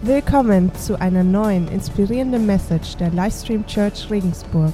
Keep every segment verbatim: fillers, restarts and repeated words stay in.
Willkommen zu einer neuen, inspirierenden Message der Livestream Church Regensburg.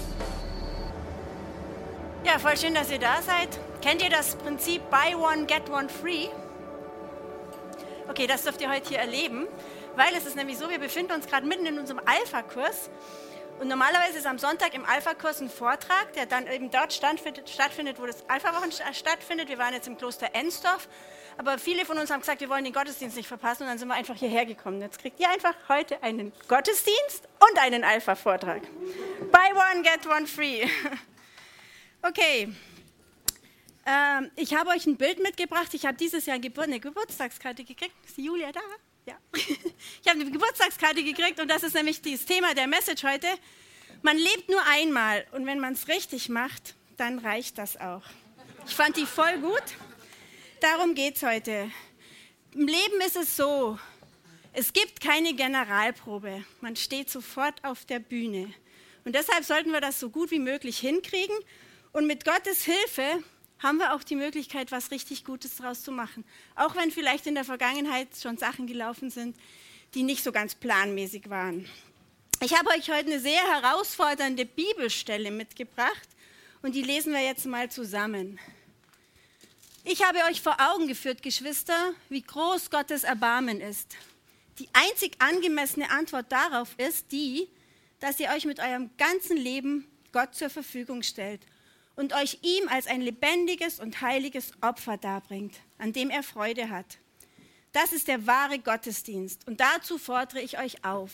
Ja, voll schön, dass ihr da seid. Kennt ihr das Prinzip Buy One, Get One Free? Okay, das dürft ihr heute hier erleben, weil es ist nämlich so, wir befinden uns gerade mitten in unserem Alpha-Kurs. Und normalerweise ist am Sonntag im Alpha-Kurs ein Vortrag, der dann eben dort stattfindet, wo das Alpha-Wochen stattfindet. Wir waren jetzt im Kloster Ensdorf, aber viele von uns haben gesagt, wir wollen den Gottesdienst nicht verpassen und dann sind wir einfach hierher gekommen. Jetzt kriegt ihr einfach heute einen Gottesdienst und einen Alpha-Vortrag. Buy one, get one free. Okay, ähm, ich habe euch ein Bild mitgebracht. Ich habe dieses Jahr eine Geburtstagskarte gekriegt. Ist die Julia da? Ja. Ich habe eine Geburtstagskarte gekriegt und das ist nämlich das Thema der Message heute. Man lebt nur einmal und wenn man es richtig macht, dann reicht das auch. Ich fand die voll gut. Darum geht es heute. Im Leben ist es so, es gibt keine Generalprobe. Man steht sofort auf der Bühne. Und deshalb sollten wir das so gut wie möglich hinkriegen. Und mit Gottes Hilfe haben wir auch die Möglichkeit, was richtig Gutes daraus zu machen. Auch wenn vielleicht in der Vergangenheit schon Sachen gelaufen sind, die nicht so ganz planmäßig waren. Ich habe euch heute eine sehr herausfordernde Bibelstelle mitgebracht und die lesen wir jetzt mal zusammen. Ich habe euch vor Augen geführt, Geschwister, wie groß Gottes Erbarmen ist. Die einzig angemessene Antwort darauf ist die, dass ihr euch mit eurem ganzen Leben Gott zur Verfügung stellt und euch ihm als ein lebendiges und heiliges Opfer darbringt, an dem er Freude hat. Das ist der wahre Gottesdienst und dazu fordere ich euch auf.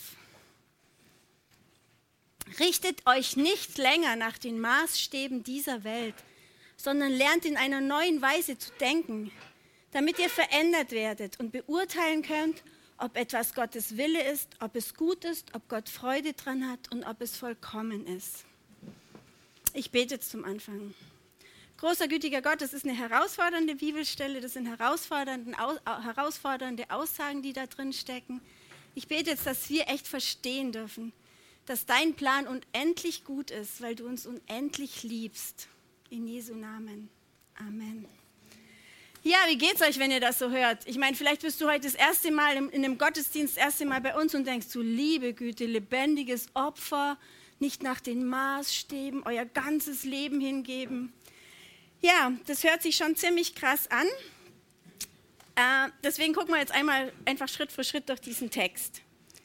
Richtet euch nicht länger nach den Maßstäben dieser Welt, sondern lernt in einer neuen Weise zu denken, damit ihr verändert werdet und beurteilen könnt, ob etwas Gottes Wille ist, ob es gut ist, ob Gott Freude dran hat und ob es vollkommen ist. Ich bete jetzt zum Anfang. Großer, gütiger Gott, das ist eine herausfordernde Bibelstelle, das sind herausfordernde, herausfordernde Aussagen, die da drin stecken. Ich bete jetzt, dass wir echt verstehen dürfen, dass dein Plan unendlich gut ist, weil du uns unendlich liebst. In Jesu Namen. Amen. Ja, wie geht's euch, wenn ihr das so hört? Ich meine, vielleicht bist du heute das erste Mal in einem Gottesdienst, das erste Mal bei uns und denkst, du liebe Güte, lebendiges Opfer, nicht nach den Maßstäben, euer ganzes Leben hingeben. Ja, das hört sich schon ziemlich krass an. Äh, deswegen gucken wir jetzt einmal einfach Schritt für Schritt durch diesen Text.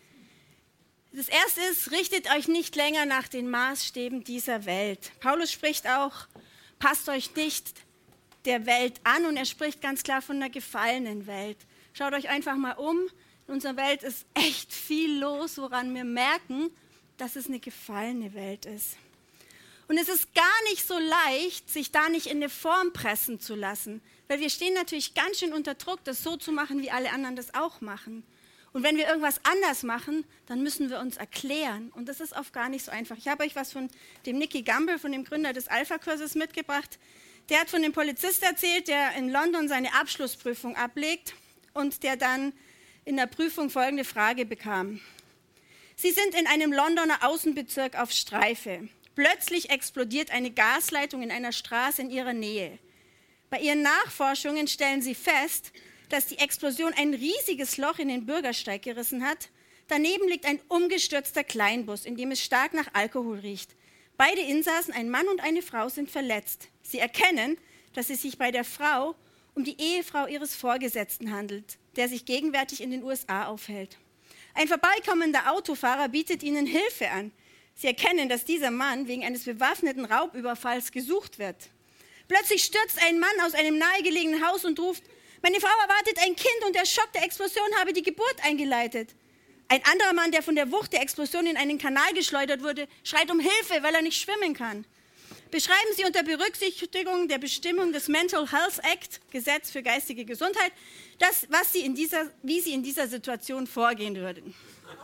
Das erste ist, richtet euch nicht länger nach den Maßstäben dieser Welt. Paulus spricht auch, passt euch nicht der Welt an und er spricht ganz klar von einer gefallenen Welt. Schaut euch einfach mal um. In unserer Welt ist echt viel los, woran wir merken, dass es eine gefallene Welt ist. Und es ist gar nicht so leicht, sich da nicht in eine Form pressen zu lassen, weil wir stehen natürlich ganz schön unter Druck, das so zu machen, wie alle anderen das auch machen. Und wenn wir irgendwas anders machen, dann müssen wir uns erklären. Und das ist oft gar nicht so einfach. Ich habe euch was von dem Nicky Gamble, von dem Gründer des Alpha-Kurses mitgebracht. Der hat von dem Polizist erzählt, der in London seine Abschlussprüfung ablegt und der dann in der Prüfung folgende Frage bekam. Sie sind in einem Londoner Außenbezirk auf Streife. Plötzlich explodiert eine Gasleitung in einer Straße in ihrer Nähe. Bei ihren Nachforschungen stellen sie fest, dass die Explosion ein riesiges Loch in den Bürgersteig gerissen hat. Daneben liegt ein umgestürzter Kleinbus, in dem es stark nach Alkohol riecht. Beide Insassen, ein Mann und eine Frau, sind verletzt. Sie erkennen, dass es sich bei der Frau um die Ehefrau ihres Vorgesetzten handelt, der sich gegenwärtig in den U S A aufhält. Ein vorbeikommender Autofahrer bietet ihnen Hilfe an. Sie erkennen, dass dieser Mann wegen eines bewaffneten Raubüberfalls gesucht wird. Plötzlich stürzt ein Mann aus einem nahegelegenen Haus und ruft, meine Frau erwartet ein Kind und der Schock der Explosion habe die Geburt eingeleitet. Ein anderer Mann, der von der Wucht der Explosion in einen Kanal geschleudert wurde, schreit um Hilfe, weil er nicht schwimmen kann. Beschreiben Sie unter Berücksichtigung der Bestimmung des Mental Health Act, Gesetz für geistige Gesundheit, das, was Sie in dieser, wie Sie in dieser Situation vorgehen würden.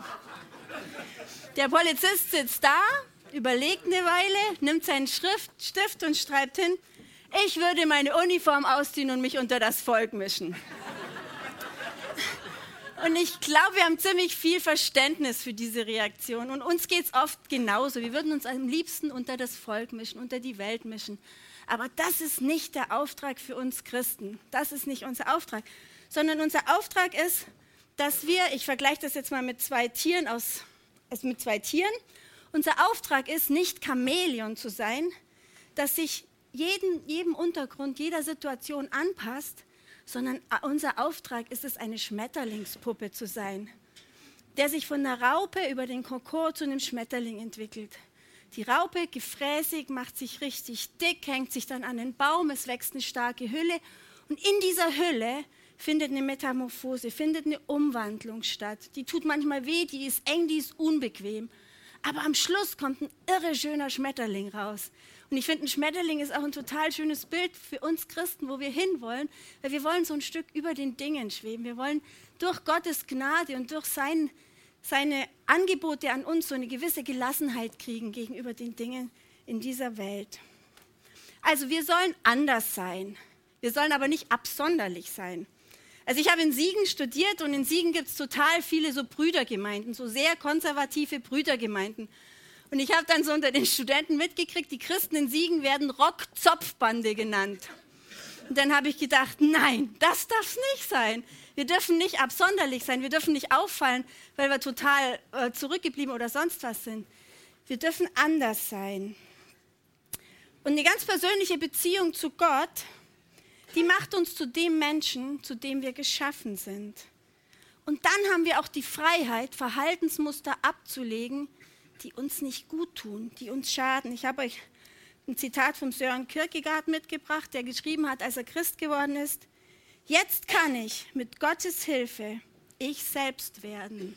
Der Polizist sitzt da, überlegt eine Weile, nimmt seinen Schrift, Stift und schreibt hin, ich würde meine Uniform ausziehen und mich unter das Volk mischen. Und ich glaube, wir haben ziemlich viel Verständnis für diese Reaktion. Und uns geht es oft genauso. Wir würden uns am liebsten unter das Volk mischen, unter die Welt mischen. Aber das ist nicht der Auftrag für uns Christen. Das ist nicht unser Auftrag. Sondern unser Auftrag ist, dass wir, ich vergleiche das jetzt mal mit zwei Tieren aus, also mit zwei Tieren, unser Auftrag ist, nicht Chamäleon zu sein, das sich jeden, jedem Untergrund, jeder Situation anpasst, sondern unser Auftrag ist es, eine Schmetterlingspuppe zu sein, der sich von der Raupe über den Kokon zu einem Schmetterling entwickelt. Die Raupe, gefräßig, macht sich richtig dick, hängt sich dann an den Baum, es wächst eine starke Hülle und in dieser Hülle findet eine Metamorphose, findet eine Umwandlung statt. Die tut manchmal weh, die ist eng, die ist unbequem, aber am Schluss kommt ein irre schöner Schmetterling raus. Und ich finde, ein Schmetterling ist auch ein total schönes Bild für uns Christen, wo wir hinwollen, weil wir wollen so ein Stück über den Dingen schweben. Wir wollen durch Gottes Gnade und durch sein, seine Angebote an uns so eine gewisse Gelassenheit kriegen gegenüber den Dingen in dieser Welt. Also wir sollen anders sein. Wir sollen aber nicht absonderlich sein. Also ich habe in Siegen studiert und in Siegen gibt es total viele so Brüdergemeinden, so sehr konservative Brüdergemeinden. Und ich habe dann so unter den Studenten mitgekriegt, die Christen in Siegen werden Rock-Zopf-Bande genannt. Und dann habe ich gedacht, nein, das darf es nicht sein. Wir dürfen nicht absonderlich sein, wir dürfen nicht auffallen, weil wir total äh, zurückgeblieben oder sonst was sind. Wir dürfen anders sein. Und eine ganz persönliche Beziehung zu Gott, die macht uns zu dem Menschen, zu dem wir geschaffen sind. Und dann haben wir auch die Freiheit, Verhaltensmuster abzulegen, die uns nicht gut tun, die uns schaden. Ich habe euch ein Zitat von Søren Kierkegaard mitgebracht, der geschrieben hat, als er Christ geworden ist: Jetzt kann ich mit Gottes Hilfe ich selbst werden.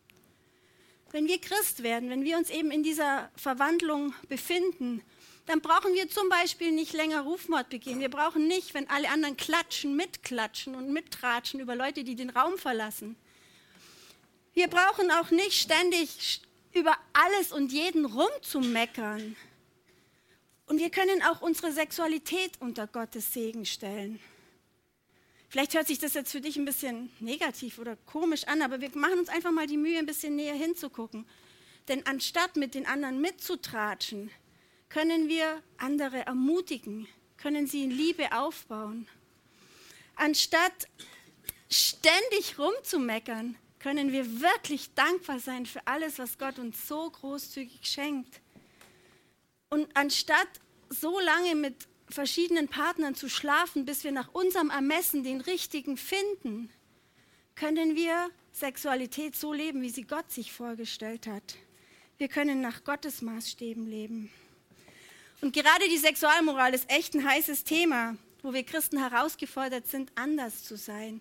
Wenn wir Christ werden, wenn wir uns eben in dieser Verwandlung befinden, dann brauchen wir zum Beispiel nicht länger Rufmord begehen. Wir brauchen nicht, wenn alle anderen klatschen, mitklatschen und mittratschen über Leute, die den Raum verlassen. Wir brauchen auch nicht ständig über alles und jeden rumzumeckern. Und wir können auch unsere Sexualität unter Gottes Segen stellen. Vielleicht hört sich das jetzt für dich ein bisschen negativ oder komisch an, aber wir machen uns einfach mal die Mühe, ein bisschen näher hinzugucken. Denn anstatt mit den anderen mitzutratschen, können wir andere ermutigen, können sie in Liebe aufbauen. Anstatt ständig rumzumeckern, können wir wirklich dankbar sein für alles, was Gott uns so großzügig schenkt. Und anstatt so lange mit verschiedenen Partnern zu schlafen, bis wir nach unserem Ermessen den richtigen finden, können wir Sexualität so leben, wie sie Gott sich vorgestellt hat. Wir können nach Gottes Maßstäben leben. Und gerade die Sexualmoral ist echt ein heißes Thema, wo wir Christen herausgefordert sind, anders zu sein.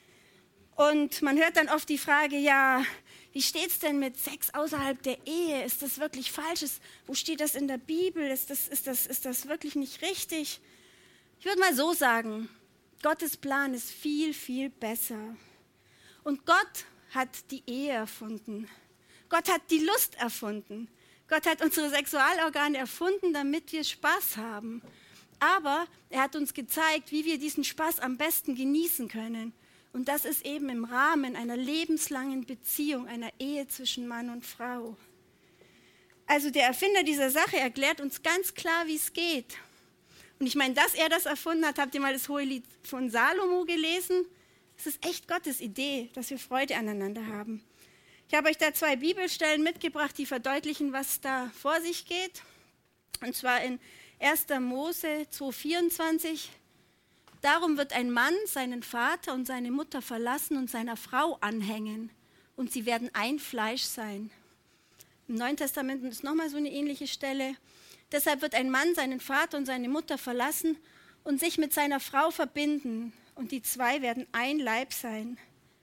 Und man hört dann oft die Frage, ja, wie steht es denn mit Sex außerhalb der Ehe? Ist das wirklich falsch? Ist, wo steht das in der Bibel? Ist das, ist, das, ist das wirklich nicht richtig? Ich würde mal so sagen, Gottes Plan ist viel, viel besser. Und Gott hat die Ehe erfunden. Gott hat die Lust erfunden. Gott hat unsere Sexualorgane erfunden, damit wir Spaß haben. Aber er hat uns gezeigt, wie wir diesen Spaß am besten genießen können. Und das ist eben im Rahmen einer lebenslangen Beziehung, einer Ehe zwischen Mann und Frau. Also der Erfinder dieser Sache erklärt uns ganz klar, wie es geht. Und ich meine, dass er das erfunden hat, habt ihr mal das Hohelied von Salomo gelesen? Es ist echt Gottes Idee, dass wir Freude aneinander haben. Ich habe euch da zwei Bibelstellen mitgebracht, die verdeutlichen, was da vor sich geht. Und zwar in erster Mose zwei vierundzwanzig. Darum wird ein Mann seinen Vater und seine Mutter verlassen und seiner Frau anhängen, und sie werden ein Fleisch sein. Im Neuen Testament ist nochmal so eine ähnliche Stelle. Deshalb wird ein Mann seinen Vater und seine Mutter verlassen und sich mit seiner Frau verbinden, und die zwei werden ein Leib sein.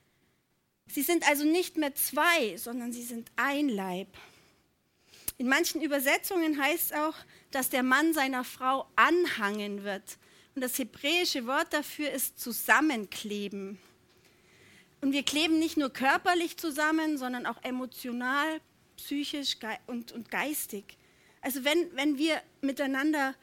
Sie sind also nicht mehr zwei, sondern sie sind ein Leib. In manchen Übersetzungen heißt es auch, dass der Mann seiner Frau anhangen wird. Und das hebräische Wort dafür ist zusammenkleben. Und wir kleben nicht nur körperlich zusammen, sondern auch emotional, psychisch und, und geistig. Also wenn, wenn wir miteinander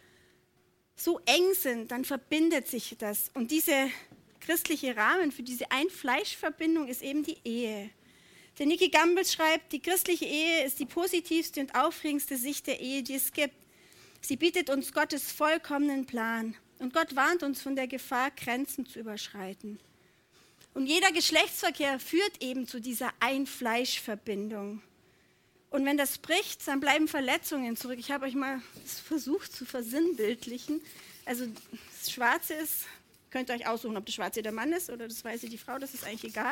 so eng sind, dann verbindet sich das. Und dieser christliche Rahmen für diese Ein-Fleisch-Verbindung ist eben die Ehe. Der Nicky Gamble schreibt, die christliche Ehe ist die positivste und aufregendste Sicht der Ehe, die es gibt. Sie bietet uns Gottes vollkommenen Plan. Und Gott warnt uns von der Gefahr, Grenzen zu überschreiten. Und jeder Geschlechtsverkehr führt eben zu dieser Ein-Fleisch-Verbindung. Und wenn das bricht, dann bleiben Verletzungen zurück. Ich habe euch mal das versucht zu versinnbildlichen. Also das Schwarze ist, könnt ihr euch aussuchen, ob das Schwarze der Mann ist oder das Weiße die Frau, das ist eigentlich egal.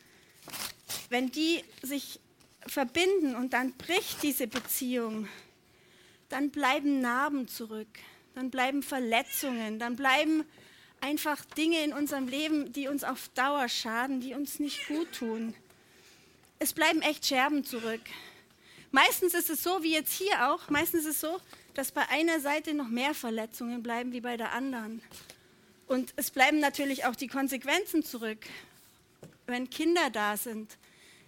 Wenn die sich verbinden und dann bricht diese Beziehung, dann bleiben Narben zurück, dann bleiben Verletzungen, dann bleiben einfach Dinge in unserem Leben, die uns auf Dauer schaden, die uns nicht gut tun. Es bleiben echt Scherben zurück. Meistens ist es so, wie jetzt hier auch, meistens ist es so, dass bei einer Seite noch mehr Verletzungen bleiben wie bei der anderen. Und es bleiben natürlich auch die Konsequenzen zurück, wenn Kinder da sind.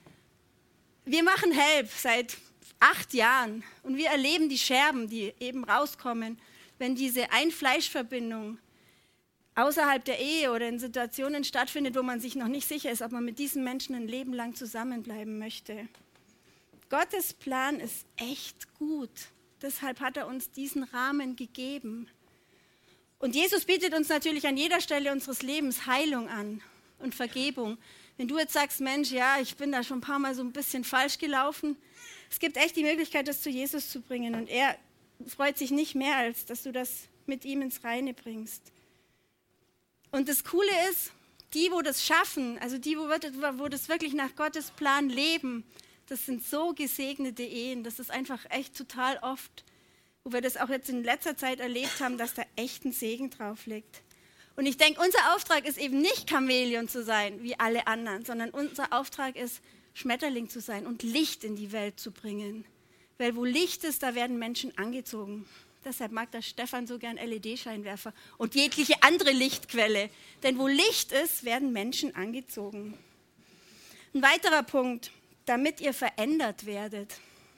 Wir machen Help seit acht Jahren und wir erleben die Scherben, die eben rauskommen, wenn diese Ein-Fleisch-Verbindung außerhalb der Ehe oder in Situationen stattfindet, wo man sich noch nicht sicher ist, ob man mit diesen Menschen ein Leben lang zusammenbleiben möchte. Gottes Plan ist echt gut. Deshalb hat er uns diesen Rahmen gegeben. Und Jesus bietet uns natürlich an jeder Stelle unseres Lebens Heilung an und Vergebung. Wenn du jetzt sagst, Mensch, ja, ich bin da schon ein paar Mal so ein bisschen falsch gelaufen, es gibt echt die Möglichkeit, das zu Jesus zu bringen. Und er freut sich nicht mehr, als dass du das mit ihm ins Reine bringst. Und das Coole ist, die, wo das schaffen, also die, wo, wo das wirklich nach Gottes Plan leben, das sind so gesegnete Ehen. Das ist einfach echt total oft, wo wir das auch jetzt in letzter Zeit erlebt haben, dass da echt ein Segen drauf liegt. Und ich denke, unser Auftrag ist eben nicht Chamäleon zu sein, wie alle anderen, sondern unser Auftrag ist, Schmetterling zu sein und Licht in die Welt zu bringen. Weil wo Licht ist, da werden Menschen angezogen. Deshalb mag der Stefan so gern L E D-Scheinwerfer und jegliche andere Lichtquelle. Denn wo Licht ist, werden Menschen angezogen. Ein weiterer Punkt, damit ihr verändert werdet.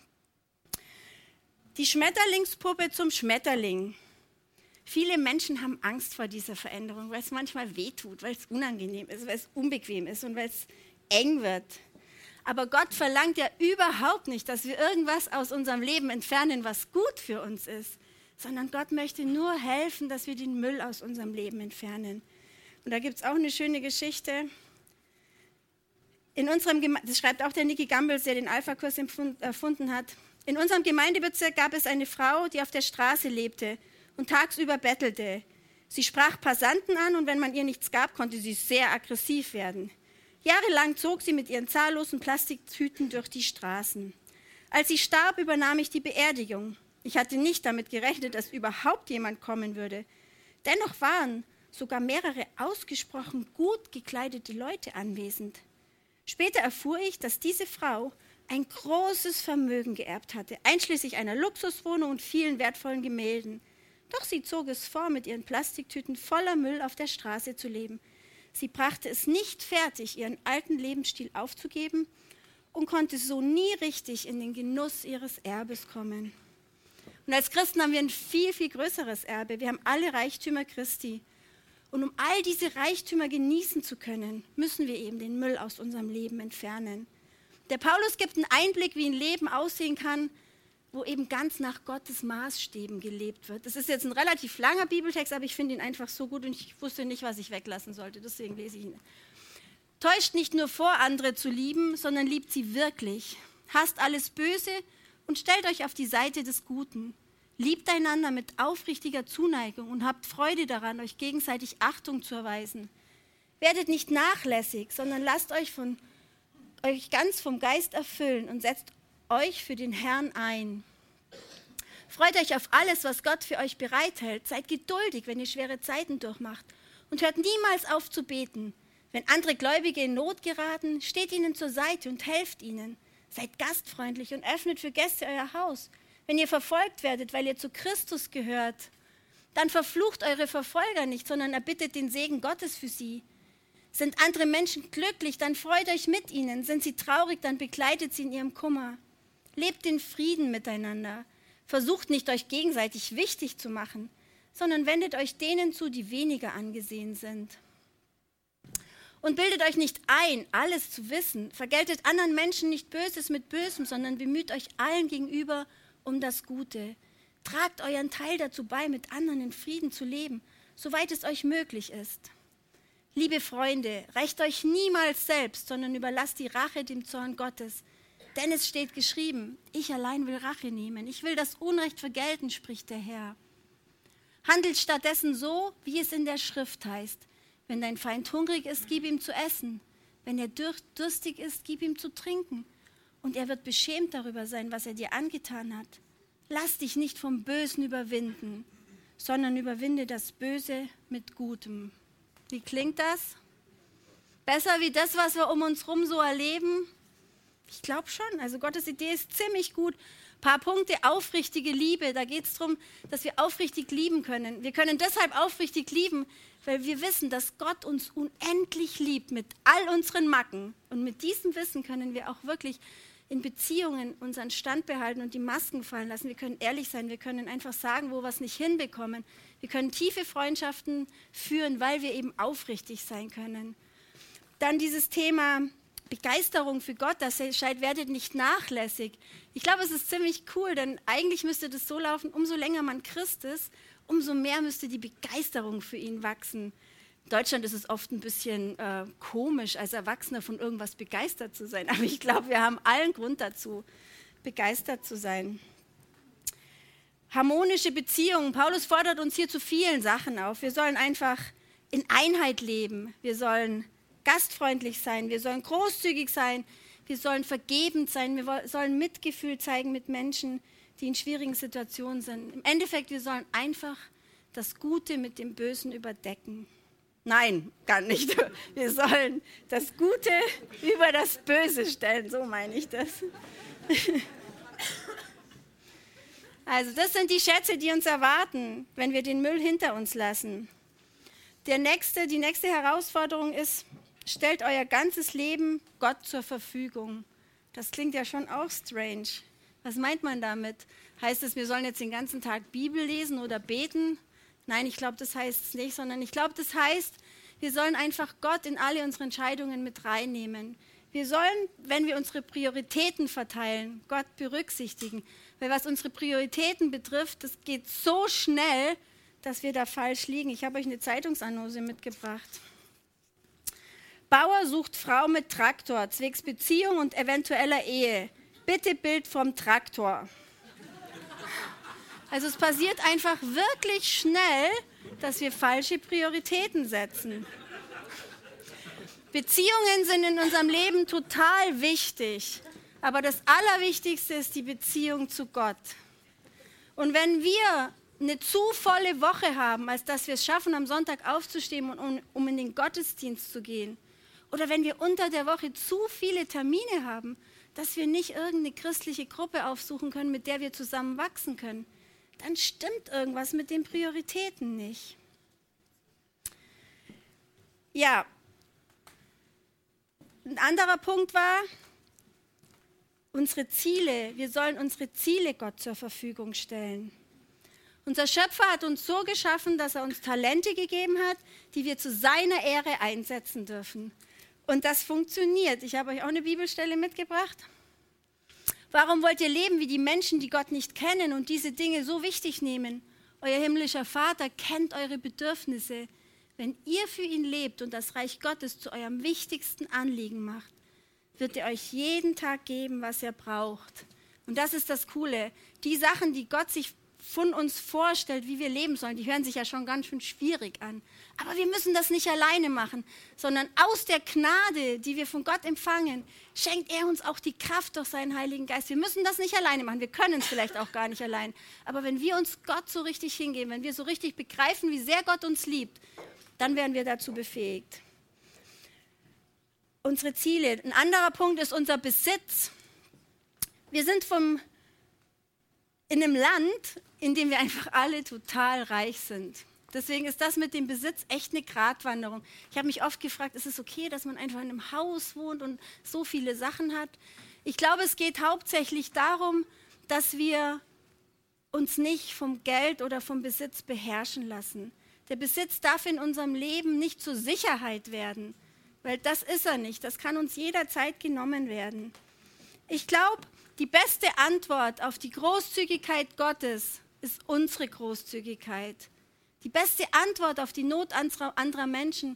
Die Schmetterlingspuppe zum Schmetterling. Viele Menschen haben Angst vor dieser Veränderung, weil es manchmal wehtut, weil es unangenehm ist, weil es unbequem ist und weil es eng wird. Aber Gott verlangt ja überhaupt nicht, dass wir irgendwas aus unserem Leben entfernen, was gut für uns ist, sondern Gott möchte nur helfen, dass wir den Müll aus unserem Leben entfernen. Und da gibt es auch eine schöne Geschichte. In unserem Geme- das schreibt auch der Niki Gambles, der den Alpha-Kurs erfunden hat. In unserem Gemeindebezirk gab es eine Frau, die auf der Straße lebte und tagsüber bettelte. Sie sprach Passanten an und wenn man ihr nichts gab, konnte sie sehr aggressiv werden. Jahrelang zog sie mit ihren zahllosen Plastiktüten durch die Straßen. Als sie starb, übernahm ich die Beerdigung. Ich hatte nicht damit gerechnet, dass überhaupt jemand kommen würde. Dennoch waren sogar mehrere ausgesprochen gut gekleidete Leute anwesend. Später erfuhr ich, dass diese Frau ein großes Vermögen geerbt hatte, einschließlich einer Luxuswohnung und vielen wertvollen Gemälden. Doch sie zog es vor, mit ihren Plastiktüten voller Müll auf der Straße zu leben. Sie brachte es nicht fertig, ihren alten Lebensstil aufzugeben und konnte so nie richtig in den Genuss ihres Erbes kommen. Und als Christen haben wir ein viel, viel größeres Erbe. Wir haben alle Reichtümer Christi. Und um all diese Reichtümer genießen zu können, müssen wir eben den Müll aus unserem Leben entfernen. Der Paulus gibt einen Einblick, wie ein Leben aussehen kann, wo eben ganz nach Gottes Maßstäben gelebt wird. Das ist jetzt ein relativ langer Bibeltext, aber ich finde ihn einfach so gut und ich wusste nicht, was ich weglassen sollte, deswegen lese ich ihn. Täuscht nicht nur vor, andere zu lieben, sondern liebt sie wirklich. Hasst alles Böse und stellt euch auf die Seite des Guten. Liebt einander mit aufrichtiger Zuneigung und habt Freude daran, euch gegenseitig Achtung zu erweisen. Werdet nicht nachlässig, sondern lasst euch, von, euch ganz vom Geist erfüllen und setzt euch für den Herrn ein. Freut euch auf alles, was Gott für euch bereithält. Seid geduldig, wenn ihr schwere Zeiten durchmacht. Und hört niemals auf zu beten. Wenn andere Gläubige in Not geraten, steht ihnen zur Seite und helft ihnen. Seid gastfreundlich und öffnet für Gäste euer Haus. Wenn ihr verfolgt werdet, weil ihr zu Christus gehört, dann verflucht eure Verfolger nicht, sondern erbittet den Segen Gottes für sie. Sind andere Menschen glücklich, dann freut euch mit ihnen. Sind sie traurig, dann begleitet sie in ihrem Kummer. Lebt in Frieden miteinander. Versucht nicht, euch gegenseitig wichtig zu machen, sondern wendet euch denen zu, die weniger angesehen sind. Und bildet euch nicht ein, alles zu wissen. Vergeltet anderen Menschen nicht Böses mit Bösem, sondern bemüht euch allen gegenüber um das Gute. Tragt euren Teil dazu bei, mit anderen in Frieden zu leben, soweit es euch möglich ist. Liebe Freunde, rächt euch niemals selbst, sondern überlasst die Rache dem Zorn Gottes. Denn es steht geschrieben, ich allein will Rache nehmen. Ich will das Unrecht vergelten, spricht der Herr. Handelt stattdessen so, wie es in der Schrift heißt. Wenn dein Feind hungrig ist, gib ihm zu essen. Wenn er durstig ist, gib ihm zu trinken. Und er wird beschämt darüber sein, was er dir angetan hat. Lass dich nicht vom Bösen überwinden, sondern überwinde das Böse mit Gutem. Wie klingt das? Besser wie das, was wir um uns herum so erleben? Ich glaube schon. Also Gottes Idee ist ziemlich gut. Ein paar Punkte, aufrichtige Liebe. Da geht es darum, dass wir aufrichtig lieben können. Wir können deshalb aufrichtig lieben, weil wir wissen, dass Gott uns unendlich liebt mit all unseren Macken. Und mit diesem Wissen können wir auch wirklich in Beziehungen unseren Stand behalten und die Masken fallen lassen. Wir können ehrlich sein, wir können einfach sagen, wo wir es nicht hinbekommen. Wir können tiefe Freundschaften führen, weil wir eben aufrichtig sein können. Dann dieses Thema Begeisterung für Gott, das seid, werdet nicht nachlässig. Ich glaube, es ist ziemlich cool, denn eigentlich müsste das so laufen, umso länger man Christ ist, umso mehr müsste die Begeisterung für ihn wachsen. In Deutschland ist es oft ein bisschen äh, komisch, als Erwachsener von irgendwas begeistert zu sein. Aber ich glaube, wir haben allen Grund dazu, begeistert zu sein. Harmonische Beziehungen. Paulus fordert uns hier zu vielen Sachen auf. Wir sollen einfach in Einheit leben. Wir sollen gastfreundlich sein. Wir sollen großzügig sein. Wir sollen vergebend sein. Wir sollen Mitgefühl zeigen mit Menschen, die in schwierigen Situationen sind. Im Endeffekt, wir sollen einfach das Gute mit dem Bösen überdecken. Nein, gar nicht. Wir sollen das Gute über das Böse stellen. So meine ich das. Also das sind die Schätze, die uns erwarten, wenn wir den Müll hinter uns lassen. Der nächste, die nächste Herausforderung ist, stellt euer ganzes Leben Gott zur Verfügung. Das klingt ja schon auch strange. Was meint man damit? Heißt es, wir sollen jetzt den ganzen Tag Bibel lesen oder beten? Nein, ich glaube, das heißt es nicht, sondern ich glaube, das heißt, wir sollen einfach Gott in alle unsere Entscheidungen mit reinnehmen. Wir sollen, wenn wir unsere Prioritäten verteilen, Gott berücksichtigen. Weil was unsere Prioritäten betrifft, das geht so schnell, dass wir da falsch liegen. Ich habe euch eine Zeitungsannonce mitgebracht. Bauer sucht Frau mit Traktor, zwecks Beziehung und eventueller Ehe. Bitte Bild vom Traktor. Also es passiert einfach wirklich schnell, dass wir falsche Prioritäten setzen. Beziehungen sind in unserem Leben total wichtig, aber das Allerwichtigste ist die Beziehung zu Gott. Und wenn wir eine zu volle Woche haben, als dass wir es schaffen, am Sonntag aufzustehen, und um, um in den Gottesdienst zu gehen, oder wenn wir unter der Woche zu viele Termine haben, dass wir nicht irgendeine christliche Gruppe aufsuchen können, mit der wir zusammen wachsen können, dann stimmt irgendwas mit den Prioritäten nicht. Ja, ein anderer Punkt war, unsere Ziele. Wir sollen unsere Ziele Gott zur Verfügung stellen. Unser Schöpfer hat uns so geschaffen, dass er uns Talente gegeben hat, die wir zu seiner Ehre einsetzen dürfen. Und das funktioniert. Ich habe euch auch eine Bibelstelle mitgebracht. Warum wollt ihr leben wie die Menschen, die Gott nicht kennen und diese Dinge so wichtig nehmen? Euer himmlischer Vater kennt eure Bedürfnisse. Wenn ihr für ihn lebt und das Reich Gottes zu eurem wichtigsten Anliegen macht, wird er euch jeden Tag geben, was ihr braucht. Und das ist das Coole. Die Sachen, die Gott sich von uns vorstellt, wie wir leben sollen, die hören sich ja schon ganz schön schwierig an. Aber wir müssen das nicht alleine machen, sondern aus der Gnade, die wir von Gott empfangen, schenkt er uns auch die Kraft durch seinen Heiligen Geist. Wir müssen das nicht alleine machen, wir können es vielleicht auch gar nicht allein. Aber wenn wir uns Gott so richtig hingeben, wenn wir so richtig begreifen, wie sehr Gott uns liebt, dann werden wir dazu befähigt. Unsere Ziele. Ein anderer Punkt ist unser Besitz. Wir sind vom, in einem Land, in dem wir einfach alle total reich sind. Deswegen ist das mit dem Besitz echt eine Gratwanderung. Ich habe mich oft gefragt, ist es okay, dass man einfach in einem Haus wohnt und so viele Sachen hat? Ich glaube, es geht hauptsächlich darum, dass wir uns nicht vom Geld oder vom Besitz beherrschen lassen. Der Besitz darf in unserem Leben nicht zur Sicherheit werden, weil das ist er nicht. Das kann uns jederzeit genommen werden. Ich glaube, die beste Antwort auf die Großzügigkeit Gottes ist unsere Großzügigkeit. Die beste Antwort auf die Not anderer Menschen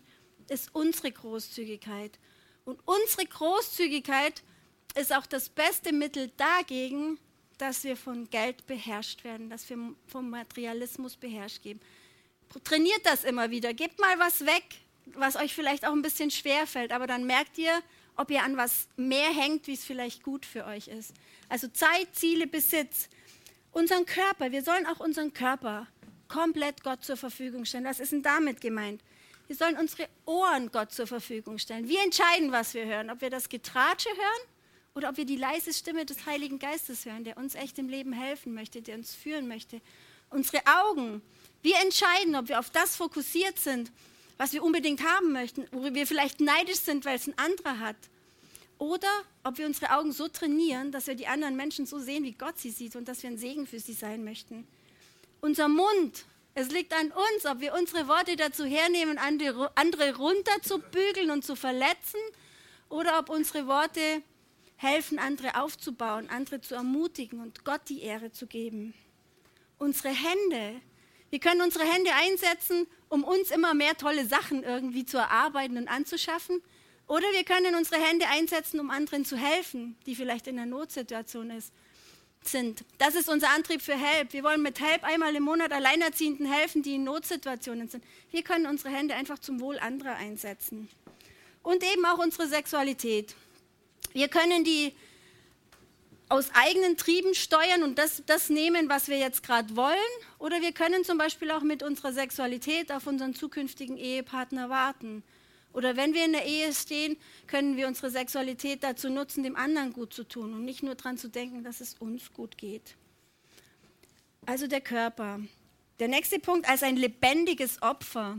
ist unsere Großzügigkeit. Und unsere Großzügigkeit ist auch das beste Mittel dagegen, dass wir von Geld beherrscht werden, dass wir vom Materialismus beherrscht geben. Trainiert das immer wieder. Gebt mal was weg, was euch vielleicht auch ein bisschen schwerfällt, aber dann merkt ihr, ob ihr an was mehr hängt, wie es vielleicht gut für euch ist. Also Zeit, Ziele, Besitz. Unseren Körper, wir sollen auch unseren Körper komplett Gott zur Verfügung stellen. Was ist denn damit gemeint? Wir sollen unsere Ohren Gott zur Verfügung stellen. Wir entscheiden, was wir hören, ob wir das Getratsche hören oder ob wir die leise Stimme des Heiligen Geistes hören, der uns echt im Leben helfen möchte, der uns führen möchte. Unsere Augen, wir entscheiden, ob wir auf das fokussiert sind, was wir unbedingt haben möchten, wo wir vielleicht neidisch sind, weil es ein anderer hat. Oder ob wir unsere Augen so trainieren, dass wir die anderen Menschen so sehen, wie Gott sie sieht und dass wir ein Segen für sie sein möchten. Unser Mund, es liegt an uns, ob wir unsere Worte dazu hernehmen, andere runterzubügeln und zu verletzen, oder ob unsere Worte helfen, andere aufzubauen, andere zu ermutigen und Gott die Ehre zu geben. Unsere Hände, wir können unsere Hände einsetzen, um uns immer mehr tolle Sachen irgendwie zu erarbeiten und anzuschaffen. Oder wir können unsere Hände einsetzen, um anderen zu helfen, die vielleicht in einer Notsituation ist, sind. Das ist unser Antrieb für Help. Wir wollen mit Help einmal im Monat Alleinerziehenden helfen, die in Notsituationen sind. Wir können unsere Hände einfach zum Wohl anderer einsetzen. Und eben auch unsere Sexualität. Wir können die aus eigenen Trieben steuern und das, das nehmen, was wir jetzt gerade wollen. Oder wir können zum Beispiel auch mit unserer Sexualität auf unseren zukünftigen Ehepartner warten. Oder wenn wir in der Ehe stehen, können wir unsere Sexualität dazu nutzen, dem anderen gut zu tun und nicht nur daran zu denken, dass es uns gut geht. Also der Körper. Der nächste Punkt, als ein lebendiges Opfer.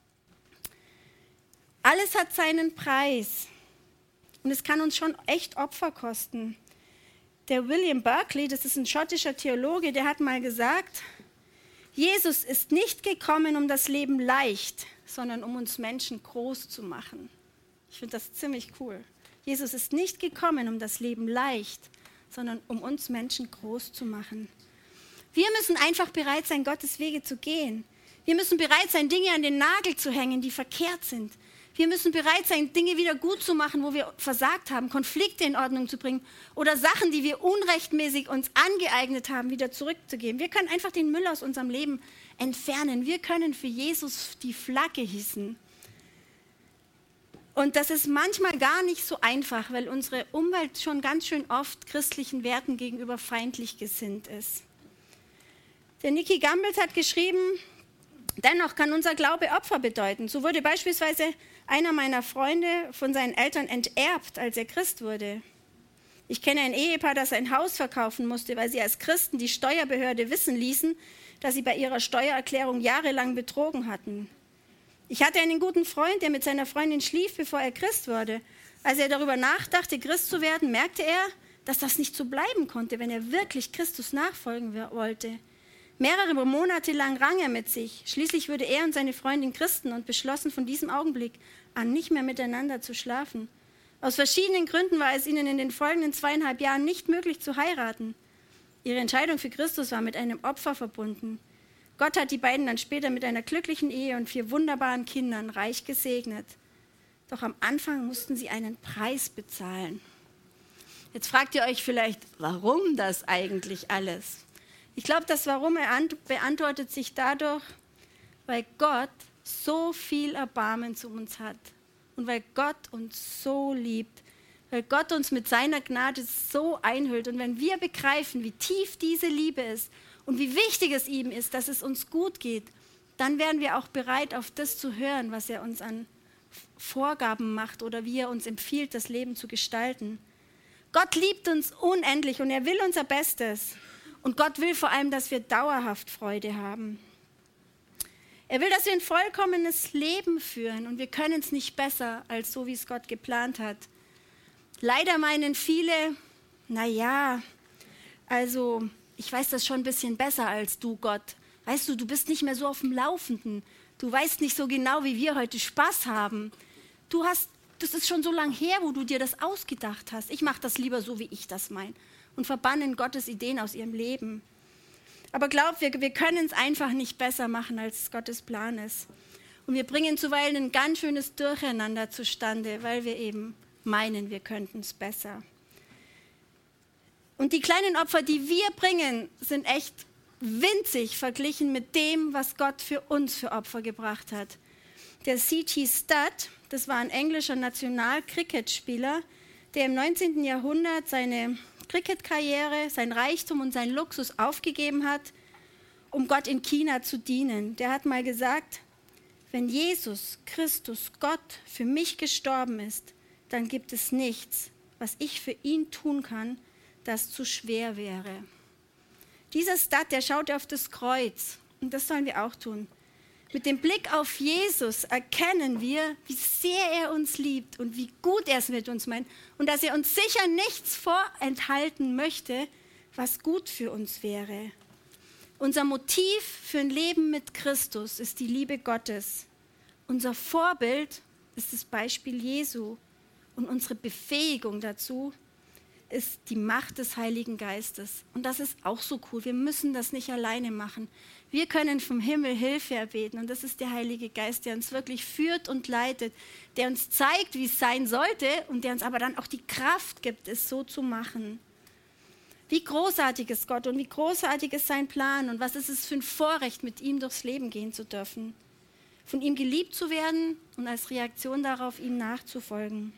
Alles hat seinen Preis und es kann uns schon echt Opfer kosten. Der William Berkeley, das ist ein schottischer Theologe, der hat mal gesagt, Jesus ist nicht gekommen, um das Leben leicht, sondern um uns Menschen groß zu machen. Ich finde das ziemlich cool. Jesus ist nicht gekommen, um das Leben leicht, sondern um uns Menschen groß zu machen. Wir müssen einfach bereit sein, Gottes Wege zu gehen. Wir müssen bereit sein, Dinge an den Nagel zu hängen, die verkehrt sind. Wir müssen bereit sein, Dinge wieder gut zu machen, wo wir versagt haben, Konflikte in Ordnung zu bringen oder Sachen, die wir unrechtmäßig uns angeeignet haben, wieder zurückzugeben. Wir können einfach den Müll aus unserem Leben entfernen. Wir können für Jesus die Flagge hissen. Und das ist manchmal gar nicht so einfach, weil unsere Umwelt schon ganz schön oft christlichen Werten gegenüber feindlich gesinnt ist. Der Nicky Gambles hat geschrieben, dennoch kann unser Glaube Opfer bedeuten. So wurde beispielsweise einer meiner Freunde von seinen Eltern enterbt, als er Christ wurde. Ich kenne ein Ehepaar, das ein Haus verkaufen musste, weil sie als Christen die Steuerbehörde wissen ließen, dass sie bei ihrer Steuererklärung jahrelang betrogen hatten. Ich hatte einen guten Freund, der mit seiner Freundin schlief, bevor er Christ wurde. Als er darüber nachdachte, Christ zu werden, merkte er, dass das nicht so bleiben konnte, wenn er wirklich Christus nachfolgen wollte. Mehrere Monate lang rang er mit sich. Schließlich wurde er und seine Freundin Christen und beschlossen von diesem Augenblick an, nicht mehr miteinander zu schlafen. Aus verschiedenen Gründen war es ihnen in den folgenden zweieinhalb Jahren nicht möglich zu heiraten. Ihre Entscheidung für Christus war mit einem Opfer verbunden. Gott hat die beiden dann später mit einer glücklichen Ehe und vier wunderbaren Kindern reich gesegnet. Doch am Anfang mussten sie einen Preis bezahlen. Jetzt fragt ihr euch vielleicht, warum das eigentlich alles? Ich glaube, das Warum beantwortet sich dadurch, weil Gott so viel Erbarmen zu uns hat und weil Gott uns so liebt, weil Gott uns mit seiner Gnade so einhüllt. Und wenn wir begreifen, wie tief diese Liebe ist und wie wichtig es ihm ist, dass es uns gut geht, dann werden wir auch bereit, auf das zu hören, was er uns an Vorgaben macht oder wie er uns empfiehlt, das Leben zu gestalten. Gott liebt uns unendlich und er will unser Bestes. Und Gott will vor allem, dass wir dauerhaft Freude haben. Er will, dass wir ein vollkommenes Leben führen und wir können es nicht besser, als so, wie es Gott geplant hat. Leider meinen viele, naja, also ich weiß das schon ein bisschen besser als du, Gott. Weißt du, du bist nicht mehr so auf dem Laufenden. Du weißt nicht so genau, wie wir heute Spaß haben. Du hast, das ist schon so lange her, wo du dir das ausgedacht hast. Ich mache das lieber so, wie ich das meine. Und verbannen Gottes Ideen aus ihrem Leben. Aber glaubt, wir, wir können es einfach nicht besser machen, als Gottes Plan ist. Und wir bringen zuweilen ein ganz schönes Durcheinander zustande, weil wir eben meinen, wir könnten es besser. Und die kleinen Opfer, die wir bringen, sind echt winzig verglichen mit dem, was Gott für uns für Opfer gebracht hat. Der C T Studd, das war ein englischer National-Cricket-Spieler, der im neunzehnten Jahrhundert seine Cricket-Karriere, sein Reichtum und seinen Luxus aufgegeben hat, um Gott in China zu dienen. Der hat mal gesagt, wenn Jesus Christus, Gott, für mich gestorben ist, dann gibt es nichts, was ich für ihn tun kann, das zu schwer wäre. Dieser Studd, der schaute auf das Kreuz und das sollen wir auch tun. Mit dem Blick auf Jesus erkennen wir, wie sehr er uns liebt und wie gut er es mit uns meint und dass er uns sicher nichts vorenthalten möchte, was gut für uns wäre. Unser Motiv für ein Leben mit Christus ist die Liebe Gottes. Unser Vorbild ist das Beispiel Jesu und unsere Befähigung dazu ist die Macht des Heiligen Geistes. Und das ist auch so cool. Wir müssen das nicht alleine machen. Wir können vom Himmel Hilfe erbeten. Und das ist der Heilige Geist, der uns wirklich führt und leitet, der uns zeigt, wie es sein sollte und der uns aber dann auch die Kraft gibt, es so zu machen. Wie großartig ist Gott und wie großartig ist sein Plan und was ist es für ein Vorrecht, mit ihm durchs Leben gehen zu dürfen. Von ihm geliebt zu werden und als Reaktion darauf ihm nachzufolgen.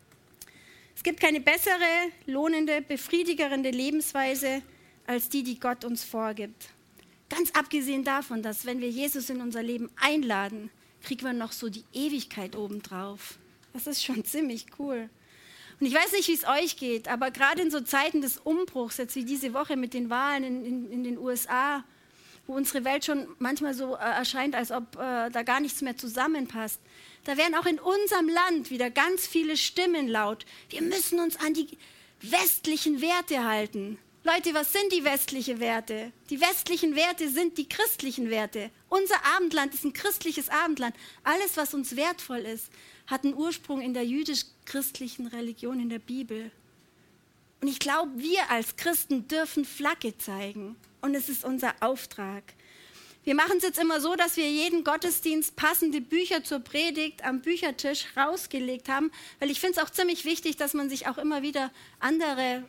Es gibt keine bessere, lohnende, befriedigerende Lebensweise als die, die Gott uns vorgibt. Ganz abgesehen davon, dass wenn wir Jesus in unser Leben einladen, kriegen wir noch so die Ewigkeit obendrauf. Das ist schon ziemlich cool. Und ich weiß nicht, wie es euch geht, aber gerade in so Zeiten des Umbruchs, jetzt wie diese Woche mit den Wahlen in, in, in den U S A, wo unsere Welt schon manchmal so äh, erscheint, als ob äh, da gar nichts mehr zusammenpasst, da werden auch in unserem Land wieder ganz viele Stimmen laut. Wir müssen uns an die westlichen Werte halten. Leute, was sind die westlichen Werte? Die westlichen Werte sind die christlichen Werte. Unser Abendland ist ein christliches Abendland. Alles, was uns wertvoll ist, hat einen Ursprung in der jüdisch-christlichen Religion, in der Bibel. Und ich glaube, wir als Christen dürfen Flagge zeigen. Und es ist unser Auftrag. Wir machen es jetzt immer so, dass wir jeden Gottesdienst passende Bücher zur Predigt am Büchertisch rausgelegt haben, weil ich finde es auch ziemlich wichtig, dass man sich auch immer wieder andere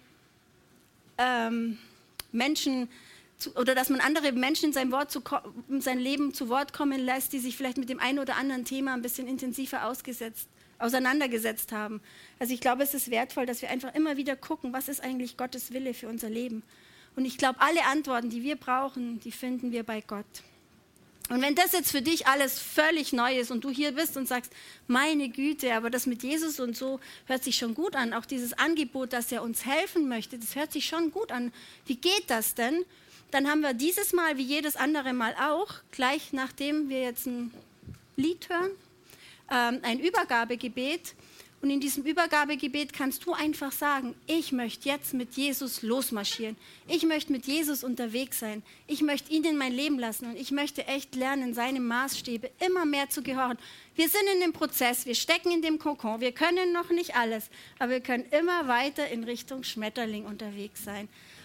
ähm, Menschen zu, oder dass man andere Menschen in sein, Wort zu, in sein Leben zu Wort kommen lässt, die sich vielleicht mit dem einen oder anderen Thema ein bisschen intensiver ausgesetzt, auseinandergesetzt haben. Also ich glaube, es ist wertvoll, dass wir einfach immer wieder gucken, was ist eigentlich Gottes Wille für unser Leben. Und ich glaube, alle Antworten, die wir brauchen, die finden wir bei Gott. Und wenn das jetzt für dich alles völlig neu ist und du hier bist und sagst, meine Güte, aber das mit Jesus und so hört sich schon gut an, auch dieses Angebot, dass er uns helfen möchte, das hört sich schon gut an. Wie geht das denn? Dann haben wir dieses Mal, wie jedes andere Mal auch, gleich nachdem wir jetzt ein Lied hören, ähm, ein Übergabegebet. Und in diesem Übergabegebet kannst du einfach sagen, ich möchte jetzt mit Jesus losmarschieren. Ich möchte mit Jesus unterwegs sein. Ich möchte ihn in mein Leben lassen und ich möchte echt lernen, seine Maßstäbe immer mehr zu gehorchen. Wir sind in dem Prozess, wir stecken in dem Kokon, wir können noch nicht alles, aber wir können immer weiter in Richtung Schmetterling unterwegs sein.